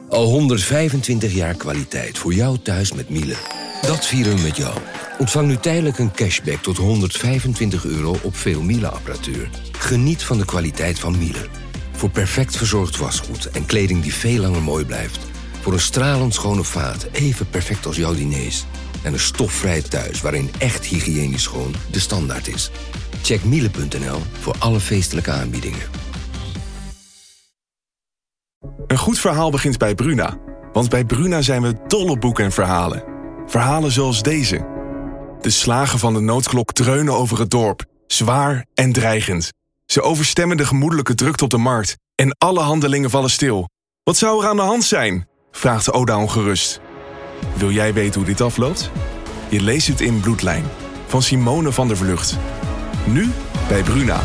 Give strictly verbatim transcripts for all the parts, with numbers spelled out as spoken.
Al honderdvijfentwintig jaar kwaliteit voor jou thuis met Miele. Dat vieren we met jou. Ontvang nu tijdelijk een cashback tot honderdvijfentwintig euro op veel Miele-apparatuur. Geniet van de kwaliteit van Miele. Voor perfect verzorgd wasgoed en kleding die veel langer mooi blijft. Voor een stralend schone vaat, even perfect als jouw diners. En een stofvrij thuis waarin echt hygiënisch schoon de standaard is. Check miele punt n l voor alle feestelijke aanbiedingen. Een goed verhaal begint bij Bruna. Want bij Bruna zijn we dol op boeken en verhalen. Verhalen zoals deze. De slagen van de noodklok dreunen over het dorp. Zwaar en dreigend. Ze overstemmen de gemoedelijke drukte op de markt. En alle handelingen vallen stil. Wat zou er aan de hand zijn? Vraagt Oda ongerust. Wil jij weten hoe dit afloopt? Je leest het in Bloedlijn. Van Simone van der Vlucht. Nu bij Bruna.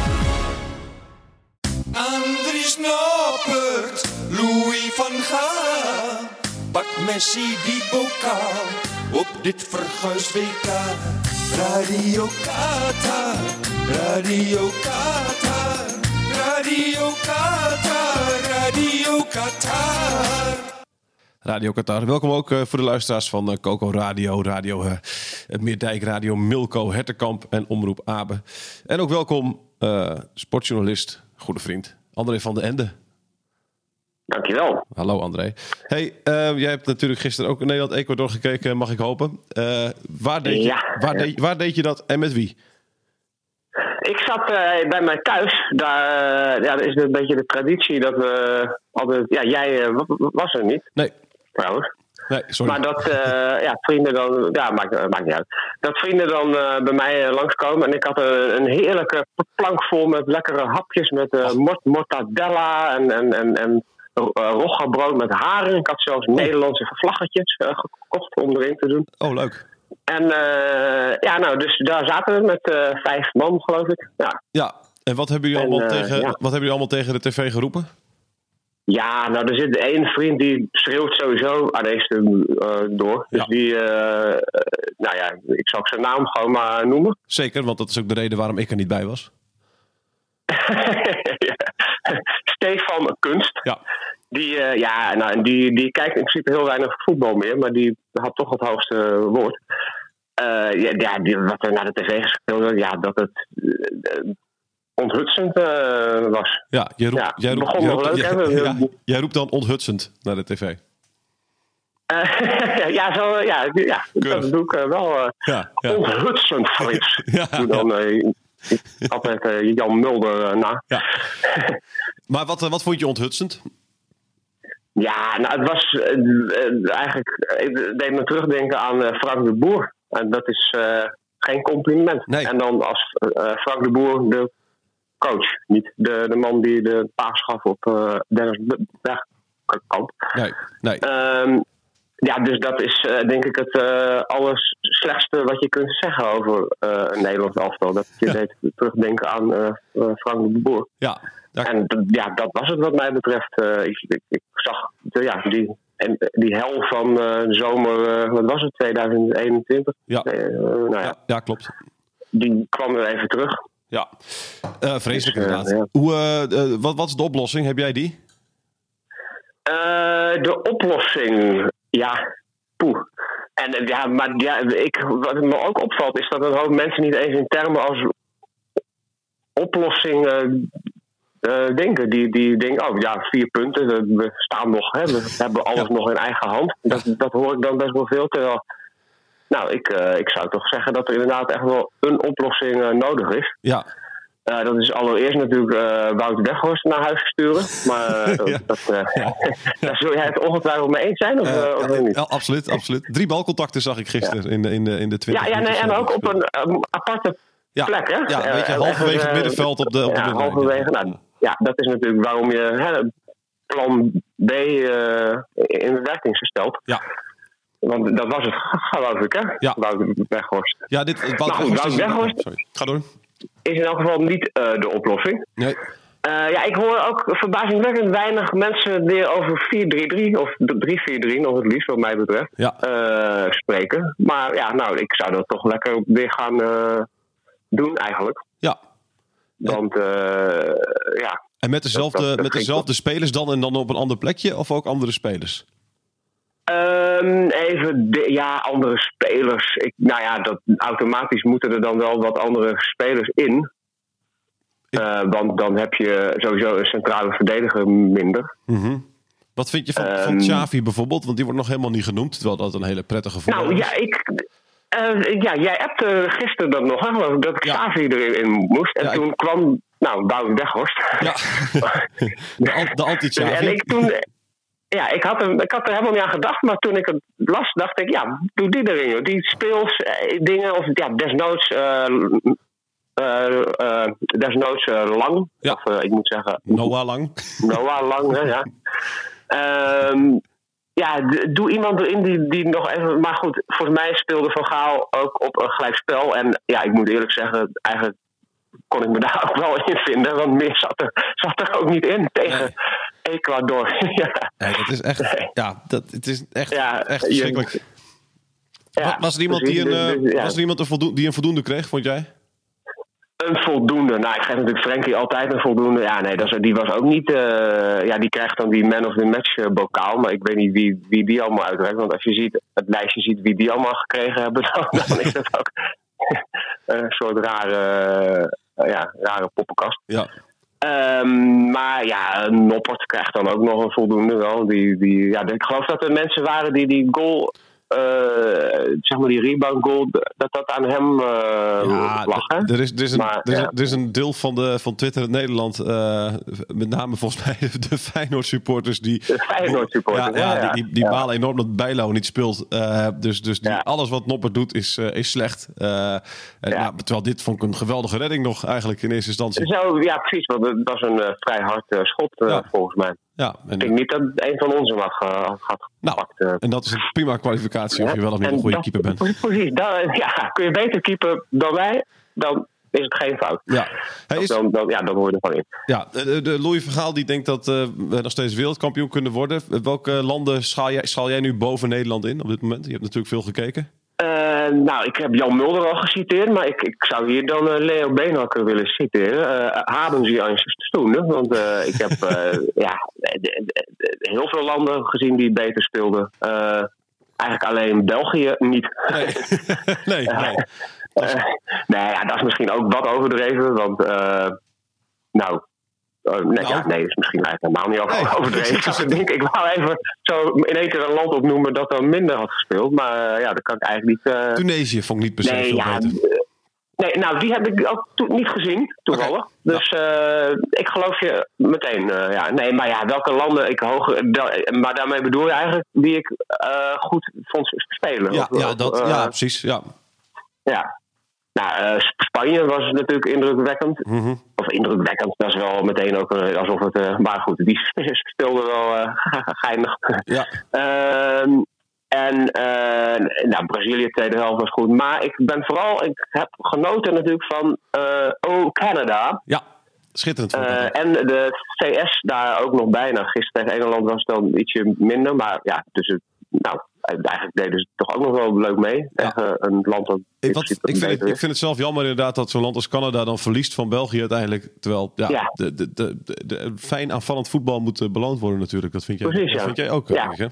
Andries Noppert, Louis van Gaal. Pak Messi die bokaal op dit verguisd W K. Radio Qatar, Radio Qatar, Radio Qatar, Radio Qatar. Radio Qatar. Welkom ook uh, voor de luisteraars van uh, Coco Radio, Radio uh, het Meerdijk Radio, Milko, Hertenkamp en Omroep Abe. En ook welkom uh, sportjournalist, goede vriend, André van den Ende. Dankjewel. Hallo André. Hey, uh, jij hebt natuurlijk gisteren ook Nederland-Ecuador gekeken, mag ik hopen. Uh, waar, deed je, ja, waar, ja. deed, waar deed je dat en met wie? Ik zat uh, bij mij thuis. Daar uh, ja, is een beetje de traditie dat we altijd... Ja, jij uh, was er niet. Nee. Trouwens. Nee, sorry. Maar dat uh, ja, vrienden dan... Ja, maakt, maakt niet uit. Dat vrienden dan uh, bij mij uh, langskomen. En ik had uh, een heerlijke plank vol met lekkere hapjes. Met uh, mort, mortadella en... en, en, en Uh, roggebrood met haring. Ik had zelfs oh. Nederlandse vlaggetjes uh, gekocht om erin te doen. Oh, leuk. En uh, ja, nou, dus daar zaten we met uh, vijf man, geloof ik. Ja. Ja, en wat hebben jullie, en, allemaal, uh, tegen, ja. wat hebben jullie allemaal tegen de tv geroepen? Ja, nou, er zit één vriend die schreeuwt sowieso aan deze uh, door. Dus ja. die, uh, uh, nou ja, ik zal ook zijn naam gewoon maar noemen. Zeker, want dat is ook de reden waarom ik er niet bij was. Stefan Kunst. Ja. Die, uh, ja, nou, die, die kijkt in principe heel weinig voetbal meer, maar die had toch het hoogste woord. Uh, ja, ja die, wat er naar de tv gespeeld werd, ja, dat het uh, onthutsend uh, was. Ja, jij roept, ja, jij roept, begon jij nog roept, leuk, jij, hè? Ja, jij roept dan onthutsend naar de tv. Uh, ja, zo, ja, ja dat doe ik uh, wel uh, ja, ja. onthutsend, Frits. ja, doe dan uh, altijd uh, Jan Mulder uh, na. Ja. Maar wat, wat vond je onthutsend? Ja, nou, het was uh, uh, eigenlijk... Het deed me terugdenken aan uh, Frank de Boer. En dat is uh, geen compliment. Nee. En dan als uh, Frank de Boer de coach. Niet de, de man die de paas gaf op uh, Dennis Bergkamp. Nee, nee. Um, ja, dus dat is uh, denk ik het uh, alles slechtste wat je kunt zeggen over uh, een Nederlands elftal. Dat je ja. deed terugdenken aan uh, uh, Frank de Boer. Ja. Daar... En d- ja, dat was het wat mij betreft. Uh, ik, ik, ik zag de, ja, die, en, die hel van uh, de zomer, uh, wat was het, tweeduizend eenentwintig? Ja. Uh, nou ja. Ja, ja, klopt. Die kwam er even terug. Ja, uh, vreselijk dus, uh, inderdaad. Ja. Hoe, uh, uh, wat, wat is de oplossing? Heb jij die? Uh, de oplossing, ja, poeh. En uh, ja, maar ja, ik, wat me ook opvalt is dat een hoop mensen niet eens in termen als oplossing uh, uh, denken. Die, die denken, oh ja, vier punten, we, we staan nog, hè, we hebben alles ja. nog in eigen hand. Dat, dat hoor ik dan best wel veel. Terwijl, nou, ik, uh, ik zou toch zeggen dat er inderdaad echt wel een oplossing uh, nodig is. Ja. Uh, dat is allereerst natuurlijk uh, Wout Weghorst naar huis sturen. Maar uh, dat, ja. dat, uh, ja. daar zul jij het ongetwijfeld mee eens zijn, of, uh, uh, of ja, niet? Ja, absoluut, absoluut. Drie balcontacten zag ik gisteren ja. in, de, in, de, in de twintig. Ja, ja nee, en ook op een um, aparte ja. plek, hè? Ja, weet je, halverwege uh, het middenveld op de, op de ja, halverwege, nou, ja, dat is natuurlijk waarom je hè, plan B uh, in werking gesteld. Ja. Want dat was het, geloof ik, hè? Ja. Wout Weghorst. Ja, dit, Wout nou, goed, Weghorst, Wout Weghorst sorry. Ga door. Is in elk geval niet uh, de oplossing. Nee. Uh, ja, ik hoor ook verbazingwekkend weinig mensen weer over vier drie drie of drie vier drie nog het liefst wat mij betreft ja. uh, spreken. Maar ja, nou, ik zou dat toch lekker weer gaan uh, doen eigenlijk. Ja. Want uh, ja. En met dezelfde, dat, dat, dat met dezelfde spelers dan en dan op een ander plekje of ook andere spelers? Um, even, de, ja, andere spelers. Ik, nou ja, dat, automatisch moeten er dan wel wat andere spelers in. Uh, want dan heb je sowieso een centrale verdediger minder. Mm-hmm. Wat vind je van, um, van Xavi bijvoorbeeld? Want die wordt nog helemaal niet genoemd. Terwijl dat een hele prettige voetballer nou, is. Nou ja, ik... Uh, ja, jij appte gisteren dat nog, hè, dat Xavi ja. erin moest. En ja, toen ik... kwam, nou, Wout Weghorst. Ja, de, de anti-Xavi. En ik toen... Ja, ik had, er, ik had er helemaal niet aan gedacht, maar toen ik het las, dacht ik, ja, doe die erin, joh. Die speels eh, dingen, of ja, desnoods, uh, uh, uh, desnoods uh, lang. Ja. Of uh, ik moet zeggen... Noah Lang. Noah Lang, hè, ja. Um, ja, d- doe iemand erin die, die nog even... Maar goed, volgens mij speelde Van Gaal ook op een gelijk spel. En ja, ik moet eerlijk zeggen, eigenlijk kon ik me daar ook wel in vinden. Want meer zat er, zat er ook niet in tegen... Nee. Ecuador. ja. Nee, dat is echt. Nee. Ja, dat, het is echt, ja, echt verschrikkelijk. Je, ja, was er iemand die een, dus, dus, ja. was er iemand een voldoende, die een voldoende kreeg, vond jij? Een voldoende. Nou, ik geef natuurlijk Frenkie altijd een voldoende. Ja, nee, dat is, die was ook niet. Uh, ja, die krijgt dan die man of the match uh, bokaal. Maar ik weet niet wie, wie die allemaal uitreikt. Want als je ziet, het lijstje ziet wie die allemaal gekregen hebben, dan, dan is dat ook een soort rare, uh, ja, rare poppenkast. Ja. Um, maar ja, Noppert krijgt dan ook nog een voldoende wel. Die, die, ja, ik geloof dat er mensen waren die die goal, uh, zeg maar die rebound goal, dat dat aan hem uh, ja, lag. Hè? Er is, er, is een, maar, er, is, ja. er is een deel van, de, van Twitter in Nederland, uh, met name volgens mij de Feyenoord supporters, die, de Feyenoord supporters, ja, ja, ja, ja. die, die, die ja. balen enorm dat Bijlo niet speelt. Uh, dus dus die, ja. alles wat Noppert doet is, uh, is slecht. Uh, en, ja. Nou, terwijl dit vond ik een geweldige redding nog eigenlijk in eerste instantie. Zo, ja, precies. Want het was een uh, vrij hard uh, schot uh, ja. volgens mij. Ja, en ik denk niet dat een van ons hem had, ge, had nou, gepakt. Uh. En dat is een prima kwalificatie of je wel of niet een goede keeper bent. Precies. Dan, ja, kun je beter keeper dan wij, dan is het geen fout. Ja. Hij is, dan, dan, ja, dan hoor je er gewoon in. Ja, de, de Louis van Gaal die denkt dat uh, we nog steeds wereldkampioen kunnen worden. Welke landen schaal jij, schaal jij nu boven Nederland in op dit moment? Je hebt natuurlijk veel gekeken. Uh, nou, ik heb Jan Mulder al geciteerd, maar ik, ik zou hier dan uh, Leo Beenhakker willen citeren. Uh, haben Sie een stoelen? Want uh, ik heb uh, ja, de, de, de, heel veel landen gezien die beter speelden. Uh, eigenlijk alleen België niet. Nee, nee. nee. Uh, nee, ja, dat is misschien ook wat overdreven, want uh, nou... Uh, nee, nou, ja, nee, dat is misschien eigenlijk helemaal niet nee, overdreven. Ik denk, ik wou even zo in één keer een land opnoemen dat dan minder had gespeeld. Maar uh, ja, dat kan ik eigenlijk niet... Uh... Tunesië vond ik niet per se nee, veel ja, beter. Uh, nee, nou, die heb ik ook to- niet gezien, toevallig. Okay. Dus uh, ik geloof je meteen. Uh, ja. Nee, maar ja, welke landen ik hoog... Da- maar daarmee bedoel je eigenlijk die ik uh, goed vond spelen. Ja, of, ja, dat, uh, ja precies. Ja. Ja. Nou, uh, Spanje was natuurlijk indrukwekkend. Mm-hmm. Of indrukwekkend, dat is wel meteen ook uh, alsof het... Uh, maar goed, die speelde wel uh, geinig. Ja. uh, en uh, nou, Brazilië, tweede helft was goed. Maar ik ben vooral... Ik heb genoten natuurlijk van uh, Oh Canada. Ja, schitterend. Uh, en de C S daar ook nog bijna. Gisteren tegen Engeland was het dan ietsje minder. Maar ja, dus het... Nou, eigenlijk deden ze toch ook nog wel leuk mee. Ja. Tegen een land dat... Ik, wat, ik, vind het, ik vind het zelf jammer inderdaad dat zo'n land als Canada dan verliest van België uiteindelijk. Terwijl ja, ja. De, de, de, de, de fijn aanvallend voetbal moet uh, beloond worden natuurlijk. Dat vind jij, Precies, dat ja. vind jij ook. Ja. Hè?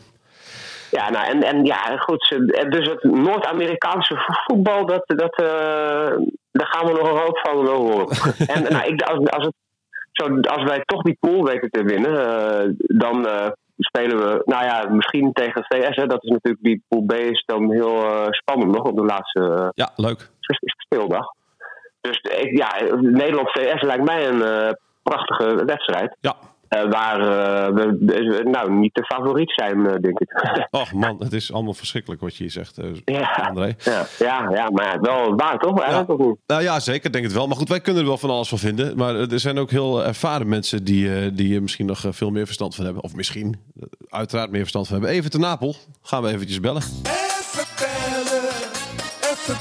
Ja, nou en, en ja, goed. Dus het Noord-Amerikaanse voetbal, dat, dat, uh, daar gaan we nog een hoop van wel horen. en nou, ik, als, als, het, zo, als wij toch die pool weten te winnen, uh, dan... Uh, spelen we, nou ja, misschien tegen C S. Hè, dat is natuurlijk, die pool B is dan heel uh, spannend nog op de laatste uh, ja, leuk. speeldag. Dus ik, ja, Nederland-C S lijkt mij een uh, prachtige wedstrijd. Ja. Uh, waar uh, we uh, nou niet de favoriet zijn, uh, denk ik. Och man, het is allemaal verschrikkelijk wat je hier zegt, uh, ja, André. Ja, ja, ja, maar wel waar toch? Eigenlijk ja. Of niet? Nou ja, zeker, denk het wel. Maar goed, wij kunnen er wel van alles van vinden. Maar er zijn ook heel ervaren mensen die, uh, die misschien nog veel meer verstand van hebben. Of misschien, uh, uiteraard meer verstand van hebben. Even te Napel, gaan we eventjes bellen. Even bellen, even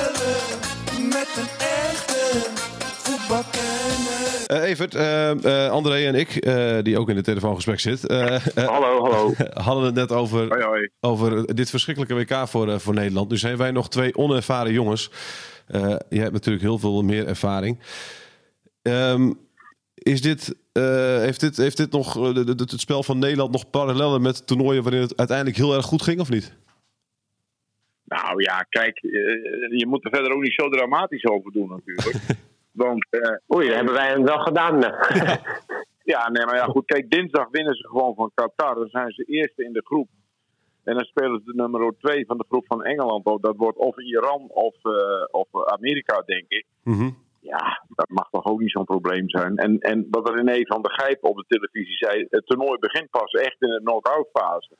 bellen, met een echte voetbalkenner. Uh, Evert, uh, uh, André en ik, uh, die ook in het telefoongesprek zit. Uh, uh, hallo, hallo. Hadden het net over, hoi, hoi. over dit verschrikkelijke W K voor, uh, voor Nederland. Nu zijn wij nog twee onervaren jongens. Uh, je hebt natuurlijk heel veel meer ervaring. Um, is dit uh, heeft, dit, heeft dit nog uh, de, de, het spel van Nederland nog parallellen met toernooien waarin het uiteindelijk heel erg goed ging, of niet? Nou ja, kijk, uh, je moet er verder ook niet zo dramatisch over doen natuurlijk. Want, uh, Oei, dat hebben wij hem wel gedaan. ja, nee, maar ja, goed. Kijk, dinsdag winnen ze gewoon van Qatar. Dan zijn ze eerste in de groep. En dan spelen ze de nummer twee van de groep van Engeland. Dat wordt of Iran of, uh, of Amerika, denk ik. Mm-hmm. Ja, dat mag toch ook niet zo'n probleem zijn. En, en wat er René van der Gijp op de televisie zei, het toernooi begint pas echt in de knock-out fase.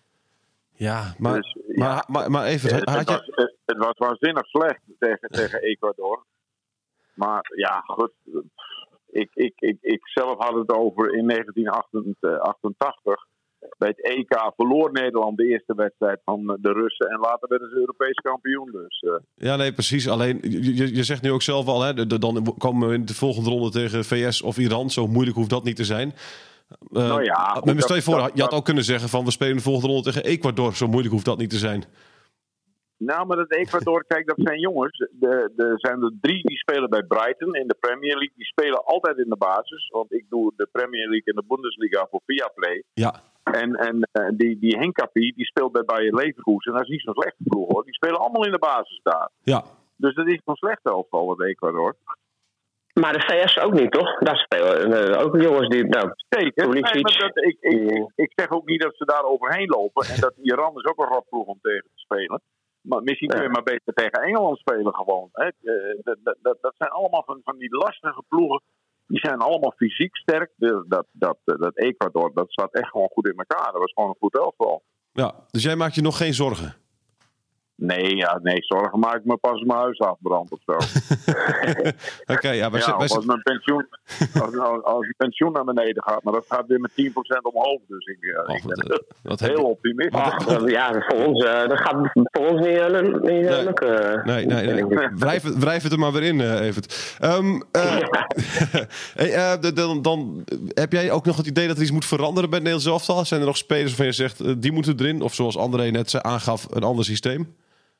Ja, maar, dus, maar, ja, maar, maar even... Het, had het, je... was, het, het was waanzinnig slecht tegen, tegen Ecuador. Maar ja, goed. Ik, ik, ik, ik zelf had het over in negentien achtentachtig. Bij het E K verloor Nederland de eerste wedstrijd van de Russen. En later werden ze Europees kampioen. Dus, uh. Ja, nee, precies. Alleen, je, je zegt nu ook zelf al, hè, de, de, dan komen we in de volgende ronde tegen V S of Iran. Zo moeilijk hoeft dat niet te zijn. Uh, nou ja, goed, maar stel je voor, dat, je had dat, ook kunnen zeggen van we spelen de volgende ronde tegen Ecuador. Zo moeilijk hoeft dat niet te zijn. Nou, maar dat Ecuador, kijk, dat zijn jongens. Er zijn er drie die spelen bij Brighton in de Premier League. Die spelen altijd in de basis. Want ik doe de Premier League en de Bundesliga voor Viaplay. Ja. En, en uh, die, die Hinkapie, die speelt bij Bayer Leverkusen. En dat is niet zo'n slechte ploeg, hoor. Die spelen allemaal in de basis daar. Ja. Dus dat is zo'n slechte elftal, het Ecuador. Maar de V S ook niet, toch? Daar spelen uh, ook jongens die... Nou, zeker. Nee, maar dat, ik, ik, ik, ik zeg ook niet dat ze daar overheen lopen. En dat Iran is ook een rotploeg om tegen te spelen. Maar misschien kun je maar beter tegen Engeland spelen gewoon. Hè. Dat, dat, dat zijn allemaal van, van die lastige ploegen. Die zijn allemaal fysiek sterk. Dat, dat, dat, dat Ecuador, dat staat echt gewoon goed in elkaar. Dat was gewoon een goed elftal. Ja, dus jij maakt je nog geen zorgen? Nee, ja, nee, zorgen maak ik me pas als mijn huis afbrandt of zo. Oké, okay, ja, wij ja, wij als mijn pensioen, als, als, als je pensioen naar beneden gaat, maar dat gaat weer met tien procent omhoog. Dus ik, ja, oh, ik ben wat, wat heel optimistisch. Oh, ja, voor ons, uh, dat gaat voor ons niet, uh, niet nee. lukken. Nee, nee, nee. nee. Wrijf, wrijf het er maar weer in, uh, Evert. Um, uh, hey, uh, de, de, dan heb jij ook nog het idee dat er iets moet veranderen bij het Nederlands elftal? Zijn er nog spelers waarvan je zegt, uh, die moeten erin? Of zoals André net aangaf, een ander systeem?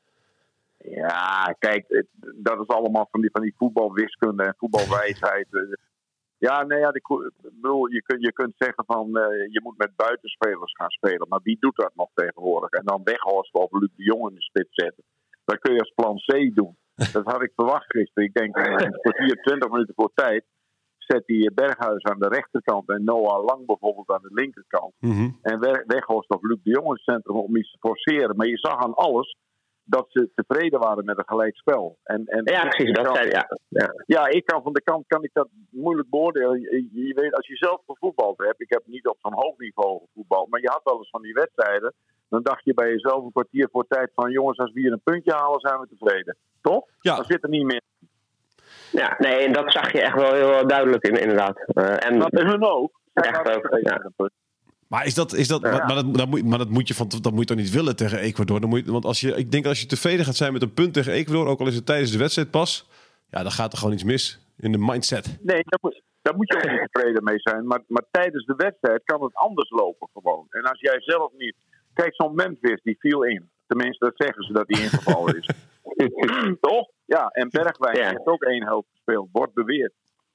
Ja, kijk, dat is allemaal van die, van die voetbalwiskunde en voetbalwijsheid. Ja, nee, ja, ik bedoel, je, kunt, je kunt zeggen van uh, je moet met buitenspelers gaan spelen. Maar wie doet dat nog tegenwoordig? En dan Weghorst of Luc de Jong in de spits zetten. Dat kun je als plan C doen. Dat had ik verwacht gisteren. Ik denk, een kwartier, twintig minuten voor tijd zet hij Berghuis aan de rechterkant en Noah Lang bijvoorbeeld aan de linkerkant. Mm-hmm. En Weghorst of Luc de Jong in het centrum om iets te forceren. Maar je zag aan alles dat ze tevreden waren met een gelijk spel. En, en ja, precies. Dat zijn, ja. Ja. ja, ik kan van de kant kan ik dat moeilijk beoordelen. Je, je weet, als je zelf gevoetbald hebt, ik heb niet op zo'n hoog niveau gevoetbald, maar je had wel eens van die wedstrijden, dan dacht je bij jezelf een kwartier voor tijd van jongens, als we hier een puntje halen, zijn we tevreden. Toch? Ja. Dan zit er niet meer. Ja, nee, en dat zag je echt wel heel duidelijk in, inderdaad. Uh, en dat is hun ook. Echt ook, ja. Maar is dat, is dat, ja. maar, maar, dat, dat moet, maar dat moet je van, dat moet je toch niet willen tegen Ecuador? Dan moet je, want als je, ik denk als je tevreden gaat zijn met een punt tegen Ecuador, ook al is het tijdens de wedstrijd pas, ja, dan gaat er gewoon iets mis in de mindset. Nee, daar moet, daar moet je ook niet tevreden mee zijn. Maar, maar tijdens de wedstrijd kan het anders lopen gewoon. En als jij zelf niet... Kijk, zo'n Memphis, die viel in. Tenminste, dat zeggen ze dat hij ingevallen is. Toch? Ja, en Bergwijn ja. heeft ook één helft gespeeld. Wordt beweerd.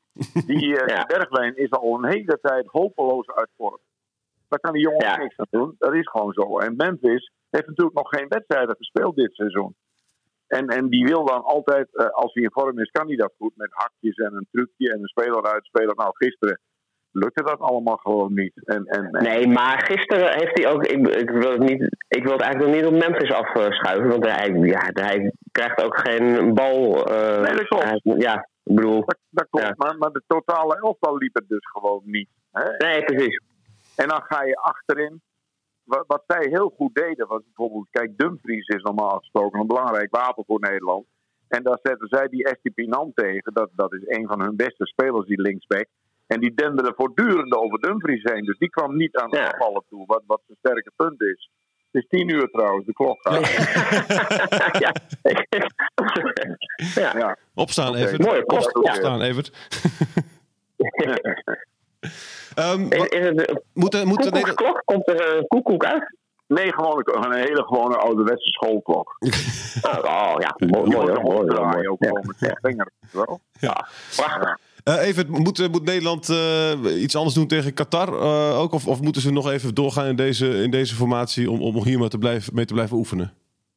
Die uh, ja. Bergwijn is al een hele tijd hopeloos uit vorm. Daar kan die jongen ja. niks aan doen. Dat is gewoon zo. En Memphis heeft natuurlijk nog geen wedstrijden gespeeld dit seizoen. En, en die wil dan altijd, uh, als hij in vorm is, kan hij dat goed. Met hakjes en een trucje en een speler uitspelen. Nou, gisteren lukte dat allemaal gewoon niet. En, en, en... Nee, maar gisteren heeft hij ook... Ik, ik, wil het niet, ik wil het eigenlijk nog niet op Memphis afschuiven. Want hij, ja, hij krijgt ook geen bal. Uh, nee, dat klopt. Hij, ja, ik bedoel... Dat, dat klopt, ja. maar, maar de totale elftal liep het dus gewoon niet. Hè? Nee, precies. En dan ga je achterin. Wat, wat zij heel goed deden was bijvoorbeeld... Kijk, Dumfries is normaal gesproken een belangrijk wapen voor Nederland. En daar zetten zij die Estupiñán tegen. Dat, dat is een van hun beste spelers, die linksback. En die denderde voortdurend over Dumfries heen. Dus die kwam niet aan het afvallen toe. Wat, wat zijn sterke punt is. Het is tien uur trouwens, de klok gaat. ja. ja. ja. Opstaan, okay. Evert. Mooi, Op, opstaan, Evert. um, is, is het de, moet, moet de klok? Komt er een koekoek uit? Nee, gewoon een, een hele gewone ouderwetse schoolklok. oh, oh ja, mooi, mooi, mooi. mooi, mooi ook gewoon met zijn vinger. Wel? Ja. Prachtig. Uh, even, moet, moet Nederland uh, iets anders doen tegen Qatar uh, ook? Of, of moeten ze nog even doorgaan in deze, in deze formatie om, om hier maar te blijven, mee te blijven oefenen?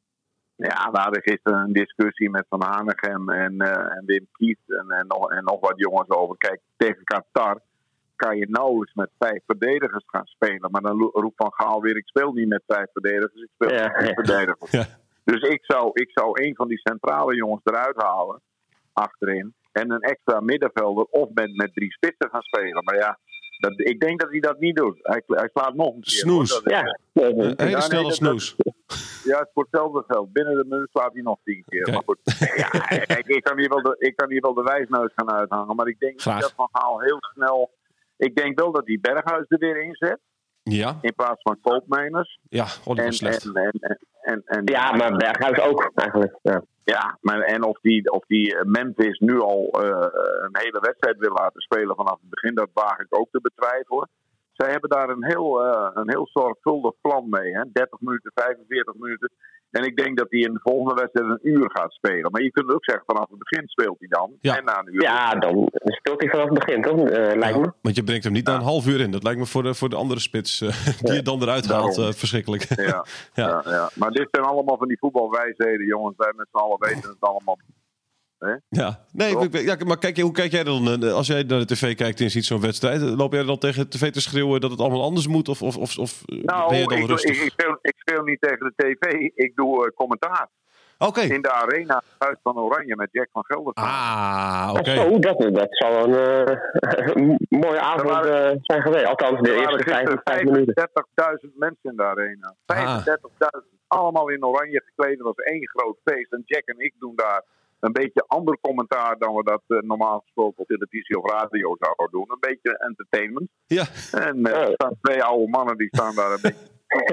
Ja, we hadden gisteren een discussie met Van Hanegem en, uh, en Wim Kieft en, en, nog, en nog wat jongens over. Kijk, tegen Qatar kan je nauwelijks met vijf verdedigers gaan spelen. Maar dan roept Van Gaal weer, ik speel niet met vijf verdedigers, ik speel ja. met vijf verdedigers. Ja. Dus ik zou, ik zou een van die centrale jongens eruit halen, achterin. En een extra middenvelder of met, met drie spitsen gaan spelen. Maar ja, dat, ik denk dat hij dat niet doet. Hij, hij slaat nog een keer. Snoes. Ja. Een hele snelle snoes. Ja, het voor hetzelfde geld. Binnen de minuut slaat hij nog tien keer. Okay. Maar goed, ja, kijk, ik, kan hier wel de, ik kan hier wel de wijsneus gaan uithangen. Maar ik denk Graag. dat Van Gaal heel snel... Ik denk wel dat hij Berghuis er weer inzet. Ja. In plaats van Koopmeiners. Ja, oh, dat was slecht. En, en, en, en, en, ja, maar Berghuis ook eigenlijk. Ja, ja maar en of die, of die Memphis nu al uh, een hele wedstrijd wil laten spelen vanaf het begin, dat waag ik ook te betwijfelen. Zij hebben daar een heel, uh, een heel zorgvuldig plan mee. Hè? dertig minuten, vijfenveertig minuten. En ik denk dat hij in de volgende wedstrijd een uur gaat spelen. Maar je kunt ook zeggen, vanaf het begin speelt hij dan. Ja, en na een uur. Ja, dan speelt hij vanaf het begin, toch? Uh, lijkt ja, me. Want je brengt hem niet ja. na een half uur in. Dat lijkt me voor de, voor de andere spits uh, die je dan eruit haalt uh, verschrikkelijk. Ja, ja. Ja, ja. Maar dit zijn allemaal van die voetbalwijsheden, jongens. Wij met z'n allen weten het allemaal. He? Ja, nee, ik, ja, maar kijk, hoe kijk jij dan? Als jij naar de tv kijkt en ziet zo'n wedstrijd, loop jij dan tegen de tv te schreeuwen dat het allemaal anders moet? Of, of, of, of nou, ben je dan ik, rustig? Ik, ik, speel, ik speel niet tegen de tv, ik doe uh, commentaar. Oké. Okay. In de arena Huis van Oranje met Jack van Gelder. Ah, oké. Okay. Oh, dat, dat zal een uh, mooie avond waren, uh, zijn geweest. Althans, de eerste vijfendertig minuten. vijfendertigduizend mensen in de arena. vijfendertigduizend. Ah. Allemaal in oranje gekleed. Dat was één groot feest. En Jack en ik doen daar een beetje ander commentaar dan we dat uh, normaal gesproken op televisie of radio zouden doen. Een beetje entertainment. Ja. En uh, er staan twee oude mannen die staan daar een beetje...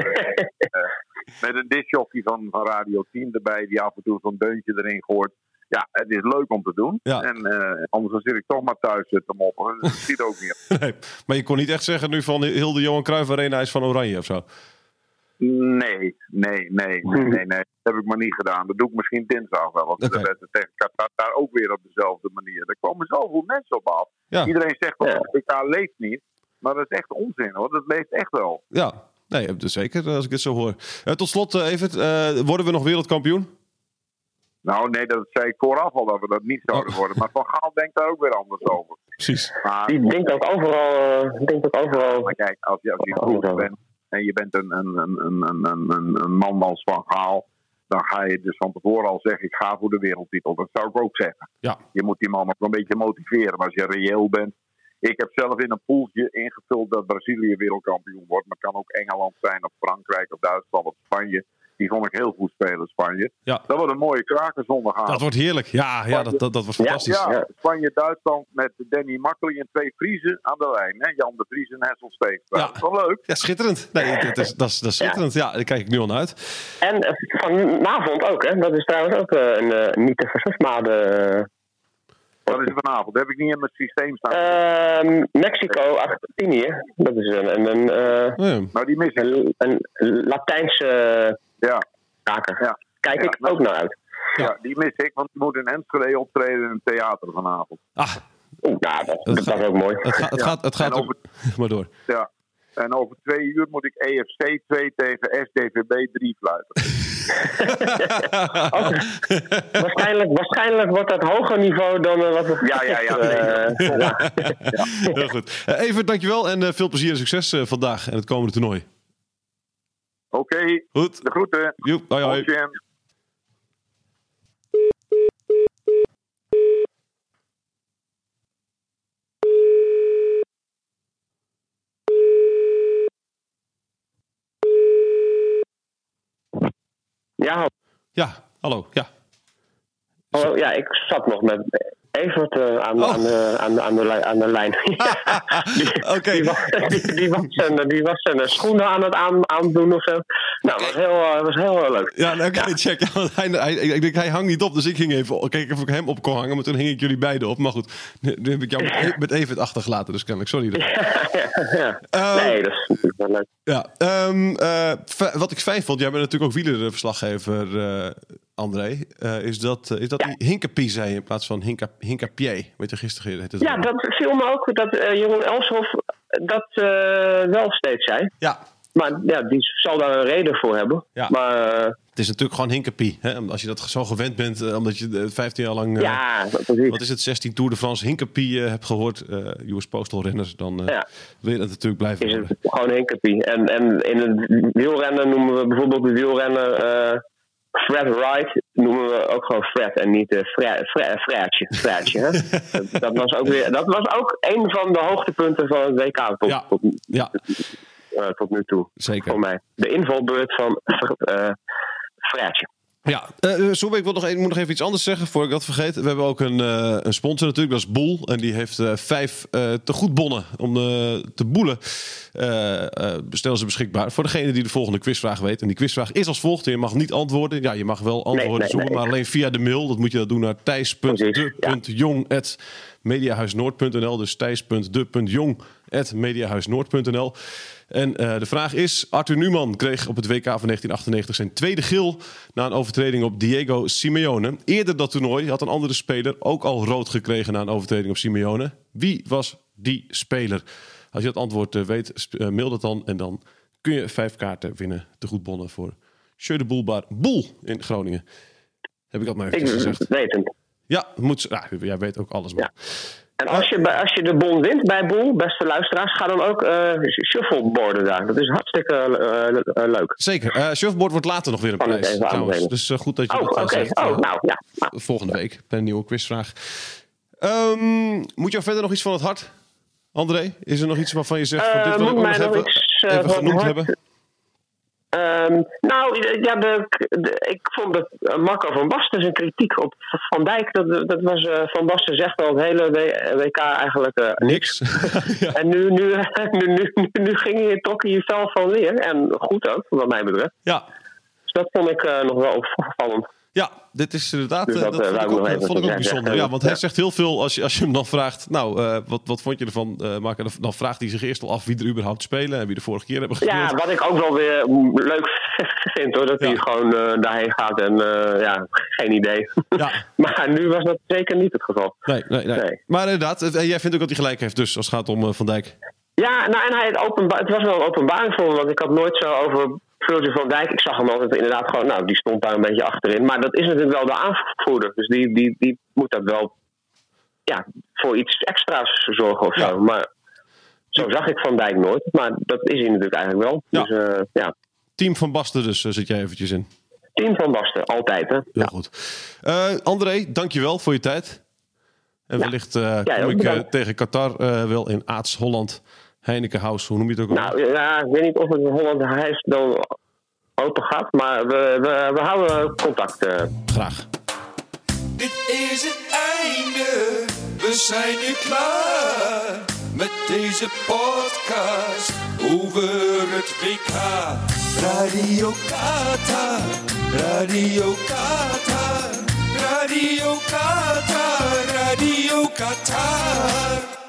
uh, met een discjockey van, van Radio tien erbij die af en toe zo'n deuntje erin gooit. Ja, het is leuk om te doen. Ja. En uh, anders zit ik toch maar thuis te mopperen. Dat ziet ook niet. Nee, maar je kon niet echt zeggen nu van heel de Johan Cruijff Arena is van Oranje of zo? Nee, nee, nee, nee, nee, nee. Dat heb ik maar niet gedaan. Dat doe ik misschien dinsdag wel. Want okay. de tegen Qatar daar ook weer op dezelfde manier. Er komen zoveel mensen op af. Ja. Iedereen zegt dat het W K leeft niet. Maar dat is echt onzin hoor. Dat leeft echt wel. Ja, nee, zeker als ik dit zo hoor. Uh, tot slot, uh, Evert, uh, worden we nog wereldkampioen? Nou, nee, dat zei ik vooraf al dat we dat niet zouden oh. worden. Maar Van Gaal denkt daar ook weer anders over. Precies. Maar, Die denkt ook overal... Uh, denkt ook overal... Maar kijk, als je, als je goed bent en je bent een, een, een, een, een, een man als Van Gaal, dan ga je dus van tevoren al zeggen, ik ga voor de wereldtitel. Dat zou ik ook zeggen. Ja. Je moet die man nog een beetje motiveren. Maar als je reëel bent... Ik heb zelf in een poeltje ingevuld dat Brazilië wereldkampioen wordt. Maar het kan ook Engeland zijn, of Frankrijk, of Duitsland, of Spanje. Die vond ik heel goed spelen, Spanje. Ja. Dat wordt een mooie krakerzondagavond. Dat wordt heerlijk. Ja, ja dat, dat, dat wordt fantastisch. Ja, ja. Spanje-Duitsland met Danny Makkely en twee Vriezen aan de lijn. Hè? Jan de Vries en Hessel Steenstra. Ja. Dat is wel leuk. Ja, schitterend. Nee, dat is, dat is, dat is schitterend. Ja. ja, daar kijk ik nu al naar uit. En vanavond ook, hè. Dat is trouwens ook een uh, niet te versmade... Wat is er vanavond? Dat heb ik niet in mijn systeem staan. Uh, Mexico, Argentinië. Dat is een, een, een, uh, ja. nou, die mis ik. een, een Latijnse ja. kaker. Ja. Kijk ja. ik ook naar uit. Ja. ja, die mis ik, want die moet in Enschede optreden in een theater vanavond. Ah. Oeh, ja, dat, dat, dat is ook mooi. Het gaat, het ja. gaat, het gaat over... ook... maar door. Ja. En over twee uur moet ik E F C twee tegen S D V B drie fluiten. okay. waarschijnlijk, waarschijnlijk wordt dat hoger niveau dan uh, wat we... Ja, ja, ja. Uh, ja. ja. Heel goed. Uh, Evert, dankjewel en uh, veel plezier en succes uh, vandaag en het komende toernooi. Oké, okay. Goed. De groeten. Joep, hoi hoi. Hoi. Ja, ja, hallo, ja. Hallo, ja, ik zat nog met Evert uh, aan, oh. aan, de, aan, de, aan, de, aan de lijn. Oké. Okay. Die, die, die was zijn, die was zijn schoenen aan het aan, aandoen of zo. Nou, dat okay. was heel, uh, was heel uh, leuk. Ja, oké, okay, ja. check. Ja, hij, hij, ik denk, hij hangt niet op, dus ik ging even kijken of ik hem op kon hangen. Maar toen hing ik jullie beiden op. Maar goed, nu, nu heb ik jou met, met Evert achtergelaten, dus kennelijk. Sorry. Dus. Ja, ja. Um, nee, dat is natuurlijk wel leuk. Ja, um, uh, f- wat ik fijn vond, jij bent natuurlijk ook wielerverslaggever uh, André, uh, is dat, uh, is dat Ja. die Hinkapie zei in plaats van Hinka, Hinkapie? Weet je, gisteren heette het Ja, wel. dat viel me ook dat uh, Jeroen Elshoff dat uh, wel steeds zei. Ja, Maar ja, die zal daar een reden voor hebben. Ja. Maar uh, het is natuurlijk gewoon Hinkapie. Hè? Als je dat zo gewend bent, uh, omdat je uh, vijftien jaar lang... Uh, ja, precies. wat is het, zestien Tour de France Hinkapie uh, hebt gehoord, uh, U S Postal renners, dan uh, Ja. wil je dat natuurlijk blijven Is horen. het gewoon Hinkapie. En, en in het wielrennen noemen we bijvoorbeeld de wielrenner uh, Fred Wright, noemen we ook gewoon Fred en niet uh, Fre- Fre- Fredje. Fredje hè? dat, dat, was ook weer, dat was ook een van de hoogtepunten van het W K tot, Ja. tot, Ja, uh, tot nu toe. zeker. Voor mij. De invalbeurt van uh, Fredje. Ja, uh, sorry, ik wil nog een, moet nog even iets anders zeggen voor ik dat vergeet. We hebben ook een, uh, een sponsor natuurlijk, dat is Boel. En die heeft uh, vijf uh, tegoedbonnen om uh, te boelen. Uh, uh, stellen ze beschikbaar voor degene die de volgende quizvraag weet. En die quizvraag is als volgt. Je mag niet antwoorden. Ja, je mag wel antwoorden nee, nee, zoeken, nee. maar alleen via de mail. Dat moet je dat doen naar thijs punt de punt jong at mediahuisnoord punt n l. Dus thijs punt de punt jong at mediahuisnoord punt n l. En uh, de vraag is, Arthur Newman kreeg op het W K van negentien achtennegentig zijn tweede geel na een overtreding op Diego Simeone. Eerder dat toernooi had een andere speler ook al rood gekregen na een overtreding op Simeone. Wie was die speler? Als je het antwoord uh, weet, sp- uh, mail dat dan en dan kun je vijf kaarten winnen te goedbonnen voor Jeu de Boelbar Boel in Groningen. Heb ik dat maar Ik eventjes gezegd. weet het. Ja, moet, ja, jij weet ook alles, man. Ja. En als je, bij- als je de bon wint bij Boel, beste luisteraars, ga dan ook uh, shuffleboarden daar. Dat is hartstikke uh, uh, leuk. Zeker. Uh, Shuffleboard wordt later nog weer een Kan ik prijs, even trouwens. aanbevelen. Dus uh, goed dat je Oh, dat oké. uh, Okay. zegt. Oh, Uh, nou, ja. Nou, Volgende week bij een nieuwe quizvraag. Um, moet jou verder nog iets van het hart, André? Is er nog iets waarvan je zegt, van, Uh, dit wil ik moet ook mij nog nog hebben, iets, uh, even van genoemd het hart? hebben? Um, nou, ja, de, de, ik vond dat uh, Marco van Basten zijn kritiek op Van Dijk, dat, dat was, uh, Van Basten zegt al het hele W- WK eigenlijk uh, niks. Ja. En nu, nu, nu, nu, nu, nu ging hij, trok hij fel van leer. En goed ook, wat mij betreft. Ja. Dus dat vond ik uh, nog wel opvallend. Ja, dit is inderdaad, Dus uh, dat, dat, uh, vond wou ik ik ook, nog even vond ik ook zeggen. bijzonder. Ja, want Ja. hij zegt heel veel, als je, als je hem dan vraagt, nou, uh, wat, wat vond je ervan, uh, Marco? Dan, dan vraagt hij zich eerst al af wie er überhaupt spelen en wie de vorige keer hebben gespeeld. Ja, wat ik ook wel weer leuk vind hoor, dat Ja. hij gewoon uh, daarheen gaat en uh, ja, geen idee. Ja. Maar nu was dat zeker niet het geval. Nee, nee, nee, Nee. Maar inderdaad, uh, jij vindt ook dat hij gelijk heeft dus, als het gaat om uh, Van Dijk. Ja, nou en hij het, openba- het was wel een openbaring voor me, want ik had nooit zo over Virgil van Dijk. Ik zag hem altijd inderdaad gewoon, nou, die stond daar een beetje achterin. Maar dat is natuurlijk wel de aanvoerder, dus die, die, die moet dat wel ja, voor iets extra's zorgen of Ja. zo. Maar zo zag ik Van Dijk nooit, maar dat is hij natuurlijk eigenlijk wel. Ja. Dus uh, ja, Team Van Basten dus, uh, zit jij eventjes in. team Van Basten, altijd hè. Heel Ja. goed. Uh, André, dankjewel voor je tijd. En Ja. wellicht uh, Ja, kom ook ik uh, bedankt. tegen Qatar uh, wel in Aats, Holland, Heineken House. Hoe noem je het ook al? Nou ja, ik weet niet of het in Holland Huis dan open gaat, maar we, we, we houden contact. Uh. Graag. Dit is het einde, we zijn nu klaar met deze podcast over het W K. Radio Qatar, Radio Qatar, Radio Qatar, Radio Qatar.